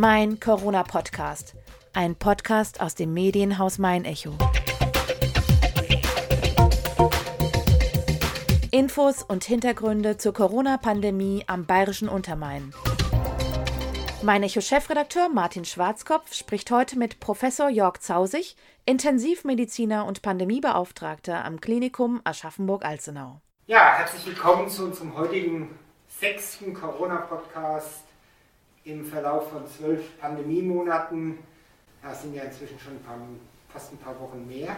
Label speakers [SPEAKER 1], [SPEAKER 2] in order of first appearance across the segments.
[SPEAKER 1] Mein Corona-Podcast. Ein Podcast aus dem Medienhaus Mein-Echo. Infos und Hintergründe zur Corona-Pandemie am Bayerischen Untermain. Mein-Echo-Chefredakteur Martin Schwarzkopf spricht heute mit Professor Jörg Zausig, Intensivmediziner und Pandemiebeauftragter am Klinikum Aschaffenburg-Alzenau.
[SPEAKER 2] Ja, herzlich willkommen zu unserem heutigen 6. Corona-Podcast im Verlauf von 12 Pandemiemonaten. Das sind ja inzwischen schon fast ein paar Wochen mehr.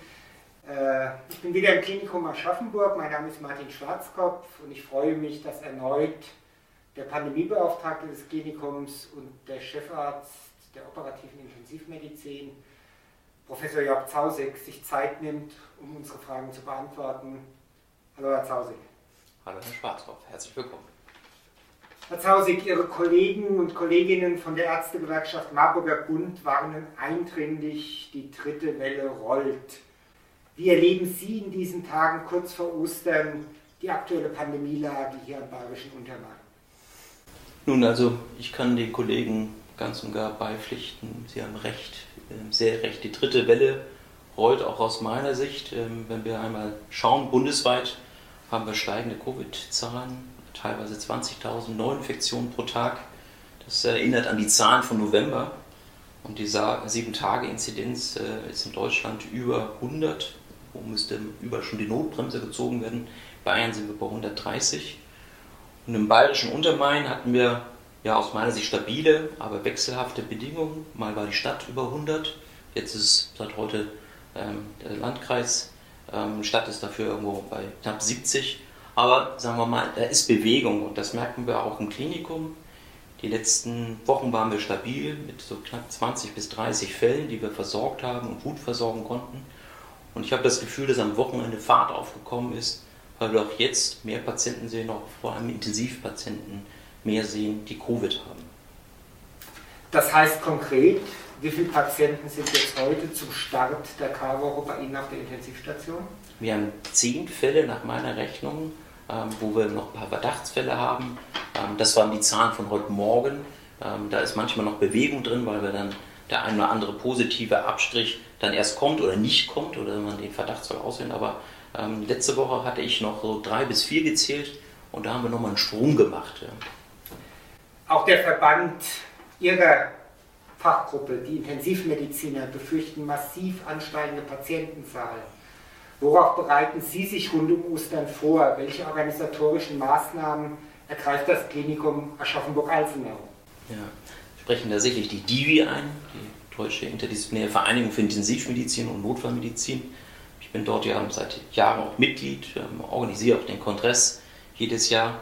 [SPEAKER 2] Ich bin wieder im Klinikum Aschaffenburg. Mein Name ist Martin Schwarzkopf und ich freue mich, dass erneut der Pandemiebeauftragte des Klinikums und der Chefarzt der operativen Intensivmedizin, Professor Jörg Zausig, sich Zeit nimmt, um unsere Fragen zu beantworten. Hallo Herr Zausig.
[SPEAKER 3] Hallo Herr Schwarzkopf, herzlich willkommen.
[SPEAKER 2] Herr Zausig, Ihre Kollegen und Kolleginnen von der Ärztegewerkschaft Marburger Bund warnen eindringlich, die dritte Welle rollt. Wie erleben Sie in diesen Tagen kurz vor Ostern die aktuelle Pandemielage hier am Bayerischen Untermain?
[SPEAKER 3] Nun, also ich kann den Kollegen ganz und gar beipflichten. Sie haben recht, sehr recht. Die dritte Welle rollt auch aus meiner Sicht. Wenn wir einmal schauen, bundesweit haben wir steigende Covid-Zahlen, teilweise 20.000 Neuinfektionen pro Tag. Das erinnert an die Zahlen von November. Und die 7-Tage-Inzidenz ist in Deutschland über 100. Wo müsste überall schon die Notbremse gezogen werden? In Bayern sind wir bei 130. Und im Bayerischen Untermain hatten wir ja aus meiner Sicht stabile, aber wechselhafte Bedingungen. Mal war die Stadt über 100, jetzt ist es seit heute der Landkreis. Stadt ist dafür irgendwo bei knapp 70. Aber sagen wir mal, da ist Bewegung und das merken wir auch im Klinikum. Die letzten Wochen waren wir stabil mit so knapp 20 bis 30 Fällen, die wir versorgt haben und gut versorgen konnten. Und ich habe das Gefühl, dass am Wochenende Fahrt aufgekommen ist, weil wir auch jetzt mehr Patienten sehen, auch vor allem Intensivpatienten mehr sehen, die Covid haben.
[SPEAKER 2] Das heißt konkret, wie viele Patienten sind jetzt heute zum Start der Karwoche bei Ihnen auf der Intensivstation?
[SPEAKER 3] Wir haben 10 Fälle nach meiner Rechnung, wo wir noch ein paar Verdachtsfälle haben. Das waren die Zahlen von heute Morgen. Da ist manchmal noch Bewegung drin, weil wir dann der ein oder andere positive Abstrich dann erst kommt oder nicht kommt oder man den Verdachtsfall auswählt. Aber letzte Woche hatte ich noch so 3 bis 4 gezählt und da haben wir nochmal einen Sprung gemacht. Ja.
[SPEAKER 2] Auch der Verband Ihrer Fachgruppe, die Intensivmediziner, befürchten massiv ansteigende Patientenzahlen. Worauf bereiten Sie sich rund um Ostern vor? Welche organisatorischen Maßnahmen ergreift das Klinikum Aschaffenburg-Alzenau?
[SPEAKER 3] Ja, wir sprechen da sicherlich die DIVI ein, die Deutsche Interdisziplinäre Vereinigung für Intensivmedizin und Notfallmedizin. Ich bin dort ja seit Jahren auch Mitglied, organisiere auch den Kongress jedes Jahr.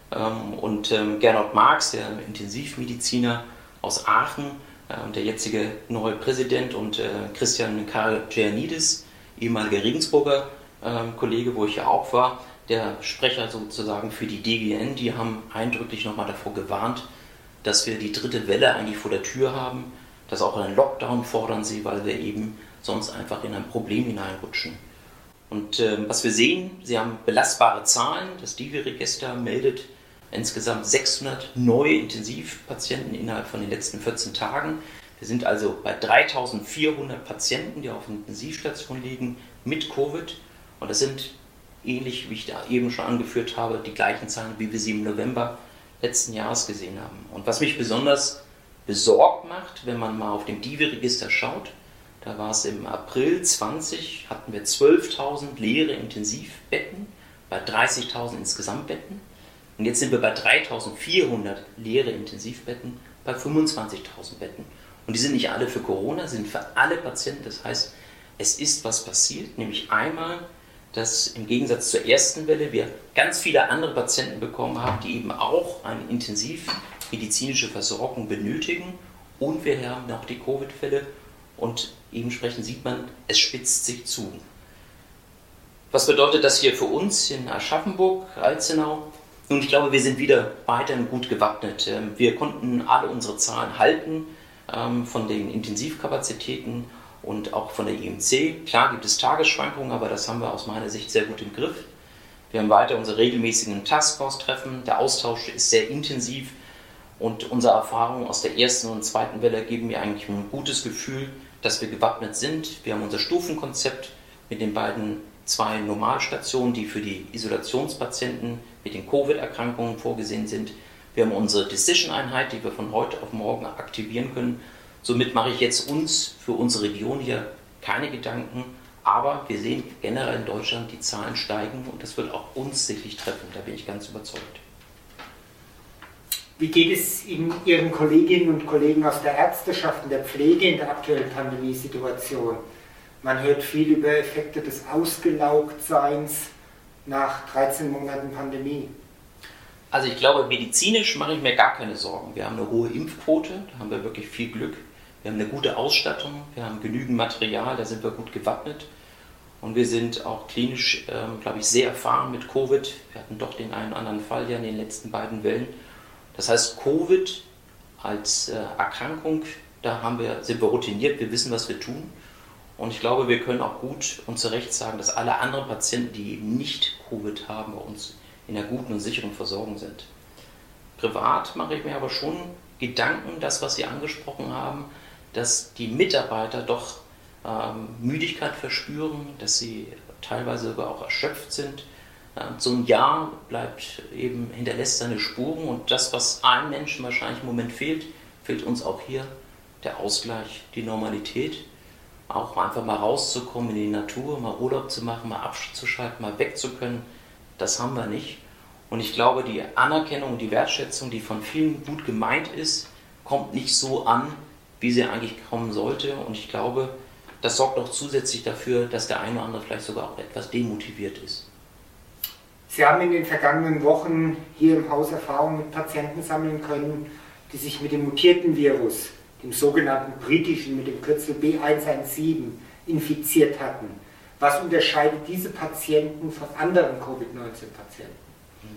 [SPEAKER 3] Und Gernot Marx, der Intensivmediziner aus Aachen, der jetzige neue Präsident, und Christian Karagianidis, ehemaliger Regensburger Kollege, wo ich ja auch war, der Sprecher sozusagen für die DGN, die haben eindrücklich nochmal davor gewarnt, dass wir die dritte Welle eigentlich vor der Tür haben, dass auch einen Lockdown fordern sie, weil wir eben sonst einfach in ein Problem hineinrutschen. Und was wir sehen, sie haben belastbare Zahlen, das DIVI-Register meldet insgesamt 600 neue Intensivpatienten innerhalb von den letzten 14 Tagen. Wir sind also bei 3.400 Patienten, die auf der Intensivstation liegen mit Covid. Und das sind, ähnlich wie ich da eben schon angeführt habe, die gleichen Zahlen, wie wir sie im November letzten Jahres gesehen haben. Und was mich besonders besorgt macht, wenn man mal auf dem DIVI-Register schaut, da war es im April 20, hatten wir 12.000 leere Intensivbetten bei 30.000 insgesamt Betten. Und jetzt sind wir bei 3.400 leere Intensivbetten bei 25.000 Betten. Und die sind nicht alle für Corona, sind für alle Patienten. Das heißt, es ist was passiert, nämlich einmal, dass im Gegensatz zur ersten Welle wir ganz viele andere Patienten bekommen haben, die eben auch eine intensivmedizinische Versorgung benötigen. Und wir haben noch die Covid-Fälle und entsprechend sieht man, es spitzt sich zu. Was bedeutet das hier für uns in Aschaffenburg-Alzenau? Nun, ich glaube, wir sind wieder weiterhin gut gewappnet. Wir konnten alle unsere Zahlen halten von den Intensivkapazitäten und auch von der IMC. Klar gibt es Tagesschwankungen, aber das haben wir aus meiner Sicht sehr gut im Griff. Wir haben weiter unsere regelmäßigen Taskforce-Treffen. Der Austausch ist sehr intensiv Und unsere Erfahrungen aus der ersten und zweiten Welle geben mir eigentlich ein gutes Gefühl, dass wir gewappnet sind. Wir haben unser Stufenkonzept mit den zwei Normalstationen, die für die Isolationspatienten mit den Covid-Erkrankungen vorgesehen sind. Wir haben unsere Decision-Einheit, die wir von heute auf morgen aktivieren können. Somit mache ich jetzt für unsere Region hier keine Gedanken. Aber wir sehen generell in Deutschland, die Zahlen steigen und das wird auch uns sicherlich treffen. Da bin ich ganz überzeugt.
[SPEAKER 2] Wie geht es Ihren Kolleginnen und Kollegen aus der Ärzteschaft und der Pflege in der aktuellen Pandemiesituation? Man hört viel über Effekte des Ausgelaugtseins nach 13 Monaten Pandemie.
[SPEAKER 3] Also ich glaube, medizinisch mache ich mir gar keine Sorgen. Wir haben eine hohe Impfquote, da haben wir wirklich viel Glück. Wir haben eine gute Ausstattung, wir haben genügend Material, da sind wir gut gewappnet. Und wir sind auch klinisch, glaube ich, sehr erfahren mit Covid. Wir hatten doch den einen oder anderen Fall ja in den letzten beiden Wellen. Das heißt, Covid als Erkrankung, sind wir routiniert, wir wissen, was wir tun. Und ich glaube, wir können auch gut und zu Recht sagen, dass alle anderen Patienten, die eben nicht Covid haben, bei uns in einer guten und sicheren Versorgung sind. Privat mache ich mir aber schon Gedanken, das, was Sie angesprochen haben, dass die Mitarbeiter doch Müdigkeit verspüren, dass sie teilweise sogar auch erschöpft sind. So ein Jahr hinterlässt seine Spuren und das, was allen Menschen wahrscheinlich im Moment fehlt uns auch hier der Ausgleich, die Normalität. Auch einfach mal rauszukommen in die Natur, mal Urlaub zu machen, mal abzuschalten, mal weg zu können, das haben wir nicht. Und ich glaube, die Anerkennung und die Wertschätzung, die von vielen gut gemeint ist, kommt nicht so an, wie sie eigentlich kommen sollte. Und ich glaube, das sorgt auch zusätzlich dafür, dass der eine oder andere vielleicht sogar auch etwas demotiviert ist.
[SPEAKER 2] Sie haben in den vergangenen Wochen hier im Haus Erfahrungen mit Patienten sammeln können, die sich mit dem mutierten Virus, dem sogenannten britischen, mit dem Kürzel B117, infiziert hatten. Was unterscheidet diese Patienten von anderen Covid-19-Patienten?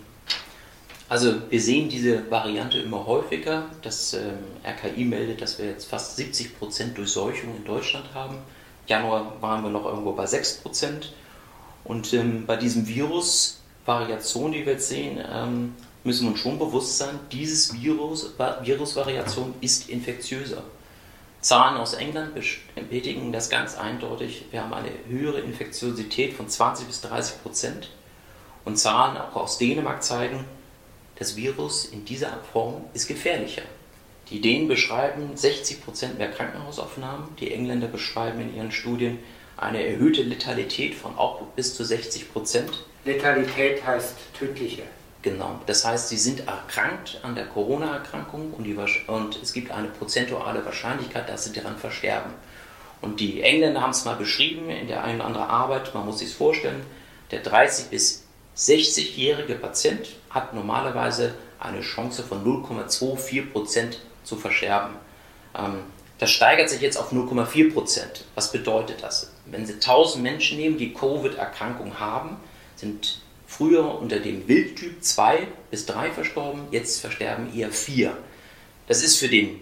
[SPEAKER 3] Also wir sehen diese Variante immer häufiger. Das RKI meldet, dass wir jetzt fast 70% Durchseuchung in Deutschland haben. Januar waren wir noch irgendwo bei 6%. Und bei diesem Virus-Variation, die wir jetzt sehen, müssen wir uns schon bewusst sein, dieses Virusvariation ist infektiöser. Zahlen aus England bestätigen das ganz eindeutig. Wir haben eine höhere Infektiosität von 20-30%. Und Zahlen auch aus Dänemark zeigen, das Virus in dieser Form ist gefährlicher. Die Dänen beschreiben 60% mehr Krankenhausaufnahmen. Die Engländer beschreiben in ihren Studien eine erhöhte Letalität von auch bis zu 60%.
[SPEAKER 2] Letalität heißt tödlicher.
[SPEAKER 3] Genau, das heißt, sie sind erkrankt an der Corona-Erkrankung und es gibt eine prozentuale Wahrscheinlichkeit, dass sie daran versterben. Und die Engländer haben es mal beschrieben in der einen oder anderen Arbeit, man muss sich es vorstellen, der 30- bis 60-jährige Patient hat normalerweise eine Chance von 0,24% zu versterben. Das steigert sich jetzt auf 0,4%. Was bedeutet das? Wenn Sie 1000 Menschen nehmen, die Covid-Erkrankung haben, sind früher unter dem Wildtyp 2 bis 3 verstorben, jetzt versterben eher 4. Das ist für den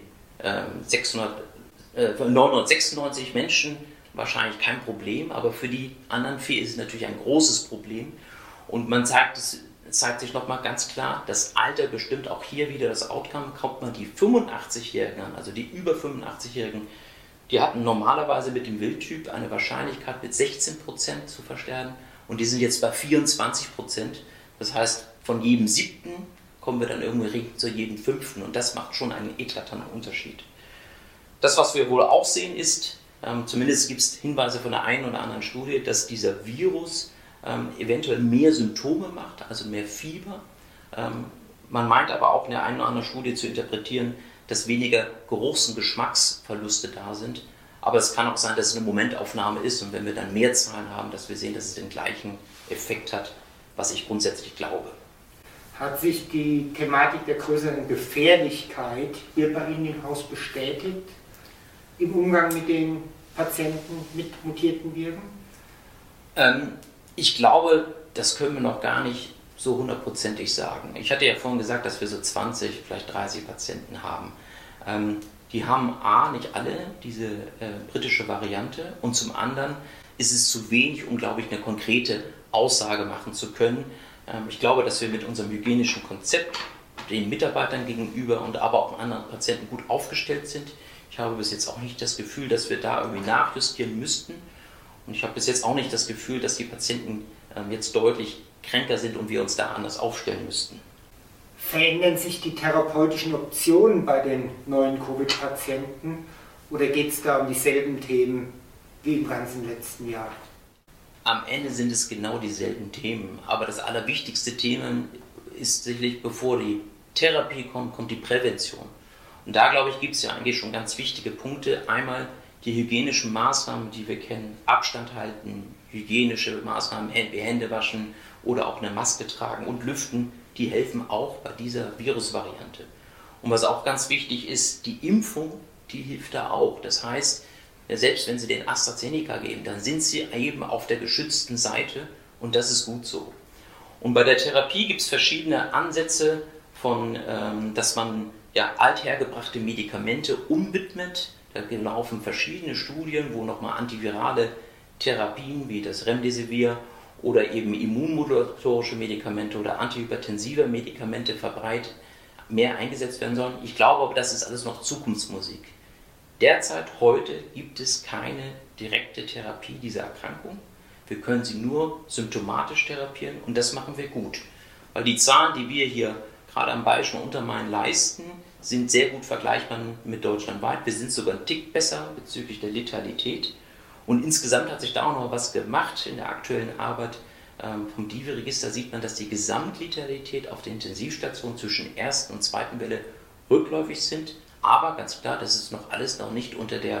[SPEAKER 3] 996 Menschen wahrscheinlich kein Problem, aber für die anderen 4 ist es natürlich ein großes Problem. Und es zeigt sich nochmal ganz klar, das Alter bestimmt auch hier wieder das Outcome. Kommt man die 85-Jährigen an, also die über 85-Jährigen, die hatten normalerweise mit dem Wildtyp eine Wahrscheinlichkeit mit 16% zu versterben und die sind jetzt bei 24%. Das heißt, von jedem 7. kommen wir dann irgendwie zu jedem 5. und das macht schon einen eklatanten Unterschied. Das, was wir wohl auch sehen, ist, zumindest gibt es Hinweise von der einen oder anderen Studie, dass dieser Virus eventuell mehr Symptome macht, also mehr Fieber. Man meint aber auch in der einen oder anderen Studie zu interpretieren, dass weniger Geruchs- und Geschmacksverluste da sind. Aber es kann auch sein, dass es eine Momentaufnahme ist und wenn wir dann mehr Zahlen haben, dass wir sehen, dass es den gleichen Effekt hat, was ich grundsätzlich glaube.
[SPEAKER 2] Hat sich die Thematik der größeren Gefährlichkeit hier bei Ihnen im Haus bestätigt im Umgang mit den Patienten mit mutierten Viren?
[SPEAKER 3] Ich glaube, das können wir noch gar nicht so hundertprozentig sagen. Ich hatte ja vorhin gesagt, dass wir so 20, vielleicht 30 Patienten haben. Die haben nicht alle diese britische Variante und zum anderen ist es zu wenig, um, glaube ich, eine konkrete Aussage machen zu können. Ich glaube, dass wir mit unserem hygienischen Konzept den Mitarbeitern gegenüber und aber auch anderen Patienten gut aufgestellt sind. Ich habe bis jetzt auch nicht das Gefühl, dass wir da irgendwie nachjustieren müssten. Und ich habe bis jetzt auch nicht das Gefühl, dass die Patienten jetzt deutlich kränker sind und wir uns da anders aufstellen müssten.
[SPEAKER 2] Verändern sich die therapeutischen Optionen bei den neuen Covid-Patienten oder geht es da um dieselben Themen wie im ganzen letzten Jahr?
[SPEAKER 3] Am Ende sind es genau dieselben Themen, aber das allerwichtigste Thema ist sicherlich, bevor die Therapie kommt die Prävention. Und da, glaube ich, gibt es ja eigentlich schon ganz wichtige Punkte. Einmal die hygienischen Maßnahmen, die wir kennen, Abstand halten, hygienische Maßnahmen wie Hände waschen oder auch eine Maske tragen und lüften, die helfen auch bei dieser Virusvariante. Und was auch ganz wichtig ist, die Impfung, die hilft da auch. Das heißt, selbst wenn Sie den AstraZeneca geben, dann sind Sie eben auf der geschützten Seite und das ist gut so. Und bei der Therapie gibt es verschiedene Ansätze dass man althergebrachte Medikamente umwidmet. Da laufen verschiedene Studien, wo nochmal antivirale Therapien wie das Remdesivir oder eben immunmodulatorische Medikamente oder antihypertensive Medikamente mehr eingesetzt werden sollen. Ich glaube aber, das ist alles noch Zukunftsmusik. Derzeit, heute, gibt es keine direkte Therapie dieser Erkrankung. Wir können sie nur symptomatisch therapieren und das machen wir gut. Weil die Zahlen, die wir hier gerade am Beispiel Untermain leisten, sind sehr gut vergleichbar mit deutschlandweit. Wir sind sogar einen Tick besser bezüglich der Letalität. Und insgesamt hat sich da auch noch was gemacht in der aktuellen Arbeit. Vom DIVI-Register sieht man, dass die Gesamtletalität auf der Intensivstation zwischen ersten und zweiten Welle rückläufig sind. Aber ganz klar, das ist alles noch nicht unter der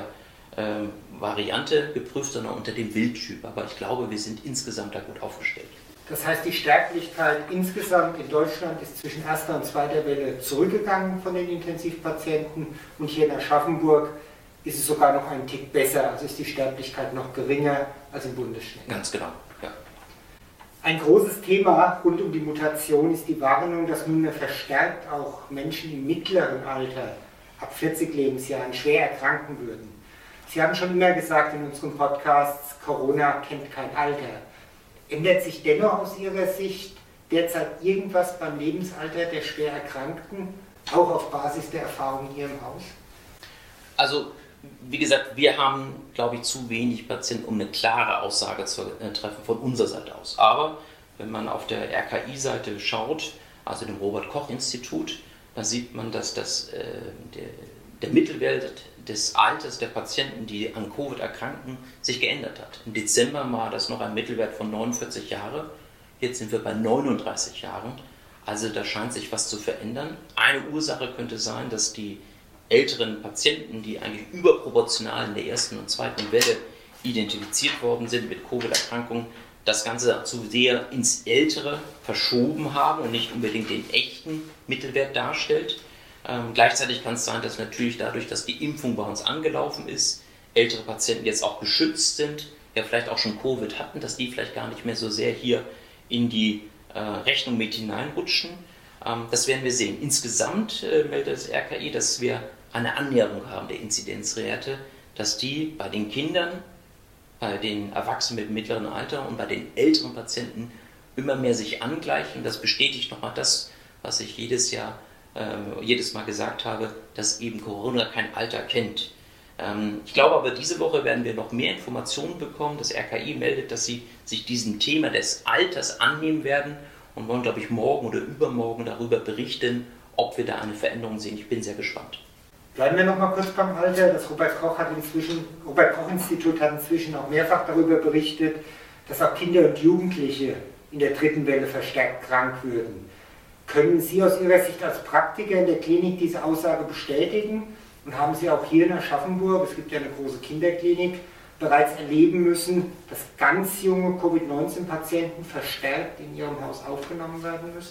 [SPEAKER 3] Variante geprüft, sondern unter dem Wildtyp. Aber ich glaube, wir sind insgesamt da gut aufgestellt.
[SPEAKER 2] Das heißt, die Sterblichkeit insgesamt in Deutschland ist zwischen erster und zweiter Welle zurückgegangen von den Intensivpatienten und hier in Aschaffenburg ist es sogar noch einen Tick besser, also ist die Sterblichkeit noch geringer als im Bundesschnitt.
[SPEAKER 3] Ganz genau, ja.
[SPEAKER 2] Ein großes Thema rund um die Mutation ist die Warnung, dass nunmehr verstärkt auch Menschen im mittleren Alter ab 40 Lebensjahren schwer erkranken würden. Sie haben schon immer gesagt in unseren Podcasts, Corona kennt kein Alter. Ändert sich dennoch aus Ihrer Sicht derzeit irgendwas beim Lebensalter der schwer Erkrankten, auch auf Basis der Erfahrung in Ihrem Haus?
[SPEAKER 3] Also, wie gesagt, wir haben, glaube ich, zu wenig Patienten, um eine klare Aussage zu treffen von unserer Seite aus. Aber wenn man auf der RKI-Seite schaut, also dem Robert-Koch-Institut, dann sieht man, dass der Mittelwert des Alters der Patienten, die an Covid erkranken, sich geändert hat. Im Dezember war das noch ein Mittelwert von 49 Jahre, jetzt sind wir bei 39 Jahren. Also da scheint sich was zu verändern. Eine Ursache könnte sein, dass die älteren Patienten, die eigentlich überproportional in der ersten und zweiten Welle identifiziert worden sind mit Covid-Erkrankungen, das Ganze zu sehr ins Ältere verschoben haben und nicht unbedingt den echten Mittelwert darstellt. Gleichzeitig kann es sein, dass natürlich dadurch, dass die Impfung bei uns angelaufen ist, ältere Patienten jetzt auch geschützt sind, ja vielleicht auch schon Covid hatten, dass die vielleicht gar nicht mehr so sehr hier in die Rechnung mit hineinrutschen. Das werden wir sehen. Insgesamt meldet das RKI, dass wir eine Annäherung haben der Inzidenzwerte, dass die bei den Kindern, bei den Erwachsenen mit mittlerem Alter und bei den älteren Patienten immer mehr sich angleichen. Das bestätigt nochmal das, was ich jedes Mal gesagt habe, dass eben Corona kein Alter kennt. Ich glaube aber, diese Woche werden wir noch mehr Informationen bekommen. Das RKI meldet, dass sie sich diesem Thema des Alters annehmen werden und wollen, glaube ich, morgen oder übermorgen darüber berichten, ob wir da eine Veränderung sehen. Ich bin sehr gespannt.
[SPEAKER 2] Bleiben wir noch mal kurz beim Alter. Das Robert-Koch-Institut hat inzwischen auch mehrfach darüber berichtet, dass auch Kinder und Jugendliche in der dritten Welle verstärkt krank würden. Können Sie aus Ihrer Sicht als Praktiker in der Klinik diese Aussage bestätigen? Und haben Sie auch hier in Aschaffenburg, es gibt ja eine große Kinderklinik, bereits erleben müssen, dass ganz junge Covid-19-Patienten verstärkt in Ihrem Haus aufgenommen werden müssen?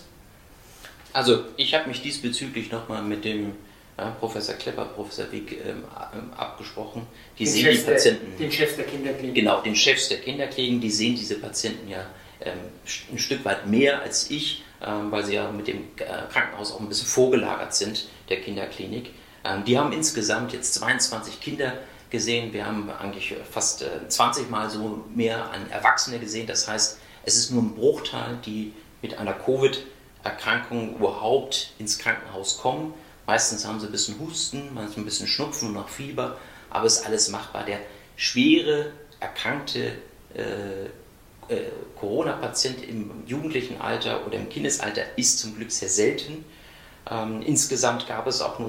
[SPEAKER 3] Also ich habe mich diesbezüglich nochmal mit dem Professor Klepper, Professor Wick abgesprochen. Die sehen die Patienten.
[SPEAKER 2] Den Chefs der Kinderklinik.
[SPEAKER 3] Genau, den Chefs der Kinderkliniken, die sehen diese Patienten ja ein Stück weit mehr als ich, weil sie ja mit dem Krankenhaus auch ein bisschen vorgelagert sind, der Kinderklinik. Die haben insgesamt jetzt 22 Kinder gesehen. Wir haben eigentlich fast 20 Mal so mehr an Erwachsene gesehen. Das heißt, es ist nur ein Bruchteil, die mit einer Covid-Erkrankung Erkrankungen überhaupt ins Krankenhaus kommen. Meistens haben sie ein bisschen Husten, manchmal ein bisschen Schnupfen und auch Fieber, aber es ist alles machbar. Der schwere, erkrankte Corona-Patient im jugendlichen Alter oder im Kindesalter ist zum Glück sehr selten. Insgesamt gab es auch nur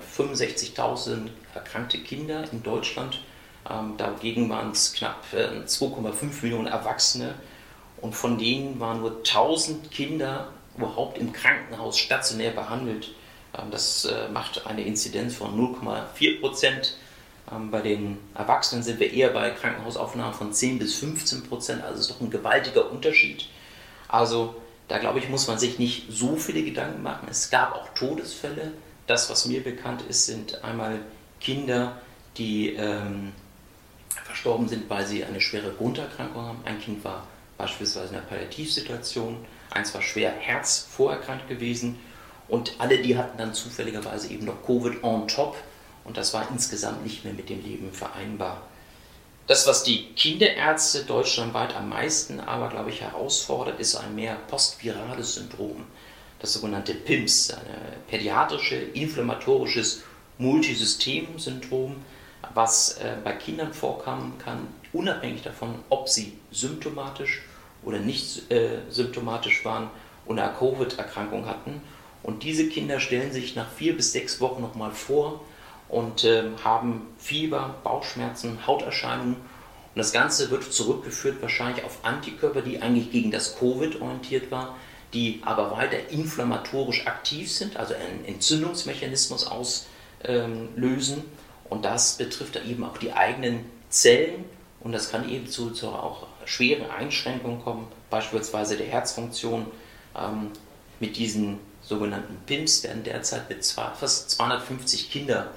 [SPEAKER 3] 265.000 erkrankte Kinder in Deutschland. Dagegen waren es knapp 2,5 Millionen Erwachsene und von denen waren nur 1000 Kinder überhaupt im Krankenhaus stationär behandelt. Das macht eine Inzidenz von 0,4%. Bei den Erwachsenen sind wir eher bei Krankenhausaufnahmen von 10 bis 15%, also ist doch ein gewaltiger Unterschied. Also da glaube ich, muss man sich nicht so viele Gedanken machen. Es gab auch Todesfälle. Das, was mir bekannt ist, sind einmal Kinder, die verstorben sind, weil sie eine schwere Grunderkrankung haben. Ein Kind war beispielsweise in einer Palliativsituation, eins war schwer herzvorerkrankt gewesen und alle, die hatten dann zufälligerweise eben noch Covid on top und das war insgesamt nicht mehr mit dem Leben vereinbar. Das, was die Kinderärzte deutschlandweit am meisten aber, glaube ich, herausfordert, ist ein mehr postvirales Syndrom, das sogenannte PIMS, ein pädiatrisches, inflammatorisches Multisystem-Syndrom, was bei Kindern vorkommen kann, unabhängig davon, ob sie symptomatisch oder nicht symptomatisch waren und eine Covid-Erkrankung hatten. Und diese Kinder stellen sich nach 4 bis 6 Wochen nochmal vor und haben Fieber, Bauchschmerzen, Hauterscheinungen. Und das Ganze wird zurückgeführt wahrscheinlich auf Antikörper, die eigentlich gegen das Covid orientiert waren, die aber weiter inflammatorisch aktiv sind, also einen Entzündungsmechanismus auslösen. Und das betrifft dann eben auch die eigenen Zellen und das kann eben zu auch schweren Einschränkungen kommen, beispielsweise der Herzfunktion. Mit diesen sogenannten PIMS werden derzeit mit fast 250 Kinder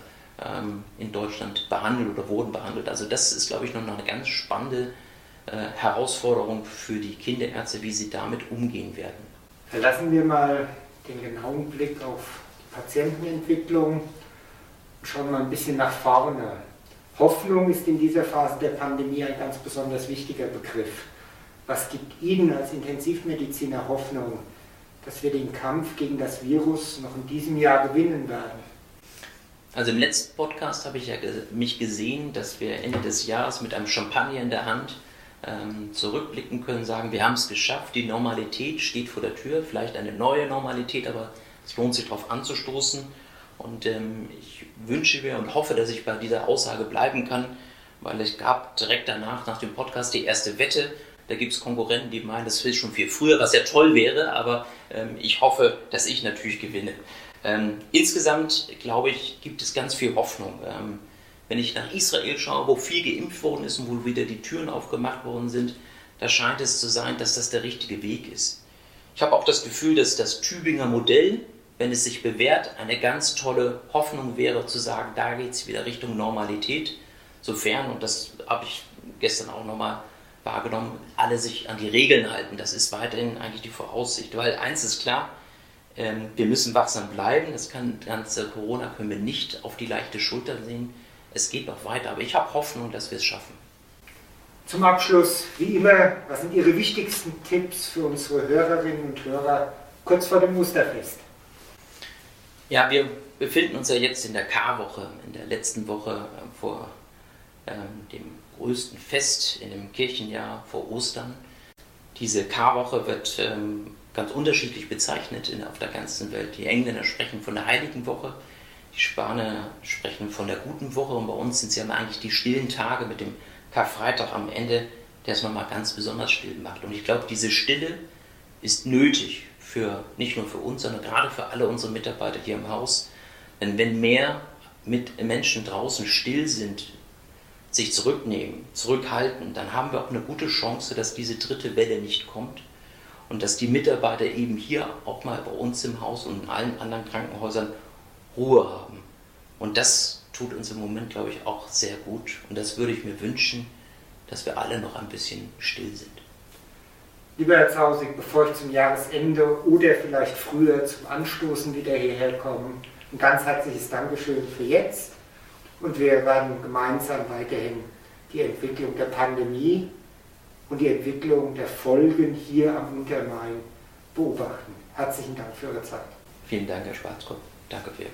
[SPEAKER 3] in Deutschland behandelt oder wurden behandelt. Also das ist, glaube ich, noch eine ganz spannende Herausforderung für die Kinderärzte, wie sie damit umgehen werden.
[SPEAKER 2] Verlassen wir mal den genauen Blick auf die Patientenentwicklung. Schauen wir ein bisschen nach vorne. Hoffnung ist in dieser Phase der Pandemie ein ganz besonders wichtiger Begriff. Was gibt Ihnen als Intensivmediziner Hoffnung, dass wir den Kampf gegen das Virus noch in diesem Jahr gewinnen werden?
[SPEAKER 3] Also im letzten Podcast habe ich ja mich gesehen, dass wir Ende des Jahres mit einem Champagner in der Hand zurückblicken können, sagen, wir haben es geschafft, die Normalität steht vor der Tür, vielleicht eine neue Normalität, aber es lohnt sich darauf anzustoßen. Und ich wünsche mir und hoffe, dass ich bei dieser Aussage bleiben kann, weil es gab direkt danach, nach dem Podcast, die erste Wette. Da gibt es Konkurrenten, die meinen, das ist schon viel früher, was ja toll wäre, aber ich hoffe, dass ich natürlich gewinne. Insgesamt, glaube ich, gibt es ganz viel Hoffnung. Wenn ich nach Israel schaue, wo viel geimpft worden ist und wo wieder die Türen aufgemacht worden sind, da scheint es zu sein, dass das der richtige Weg ist. Ich habe auch das Gefühl, dass das Tübinger Modell, wenn es sich bewährt, eine ganz tolle Hoffnung wäre, zu sagen, da geht es wieder Richtung Normalität, sofern, und das habe ich gestern auch nochmal wahrgenommen, alle sich an die Regeln halten. Das ist weiterhin eigentlich die Voraussicht, weil eins ist klar, wir müssen wachsam bleiben, das ganze Corona können wir nicht auf die leichte Schulter sehen, es geht noch weiter, aber ich habe Hoffnung, dass wir es schaffen.
[SPEAKER 2] Zum Abschluss, wie immer, was sind Ihre wichtigsten Tipps für unsere Hörerinnen und Hörer kurz vor dem Osterfest?
[SPEAKER 3] Ja, wir befinden uns ja jetzt in der Karwoche, in der letzten Woche vor dem größten Fest in dem Kirchenjahr vor Ostern. Diese Karwoche wird ganz unterschiedlich bezeichnet auf der ganzen Welt. Die Engländer sprechen von der Heiligen Woche, die Spanier sprechen von der Guten Woche und bei uns sind es ja eigentlich die stillen Tage mit dem Karfreitag am Ende, der es nochmal ganz besonders still macht. Und ich glaube, diese Stille ist nötig, nicht nur für uns, sondern gerade für alle unsere Mitarbeiter hier im Haus. Denn wenn mehr Menschen draußen still sind, sich zurücknehmen, zurückhalten, dann haben wir auch eine gute Chance, dass diese dritte Welle nicht kommt und dass die Mitarbeiter eben hier auch mal bei uns im Haus und in allen anderen Krankenhäusern Ruhe haben. Und das tut uns im Moment, glaube ich, auch sehr gut. Und das würde ich mir wünschen, dass wir alle noch ein bisschen still sind.
[SPEAKER 2] Lieber Herr Zausig, bevor ich zum Jahresende oder vielleicht früher zum Anstoßen wieder hierher komme, ein ganz herzliches Dankeschön für jetzt. Und wir werden gemeinsam weiterhin die Entwicklung der Pandemie und die Entwicklung der Folgen hier am Untermain beobachten. Herzlichen Dank für Ihre Zeit.
[SPEAKER 3] Vielen Dank, Herr Schwarzkopf. Danke für Ihre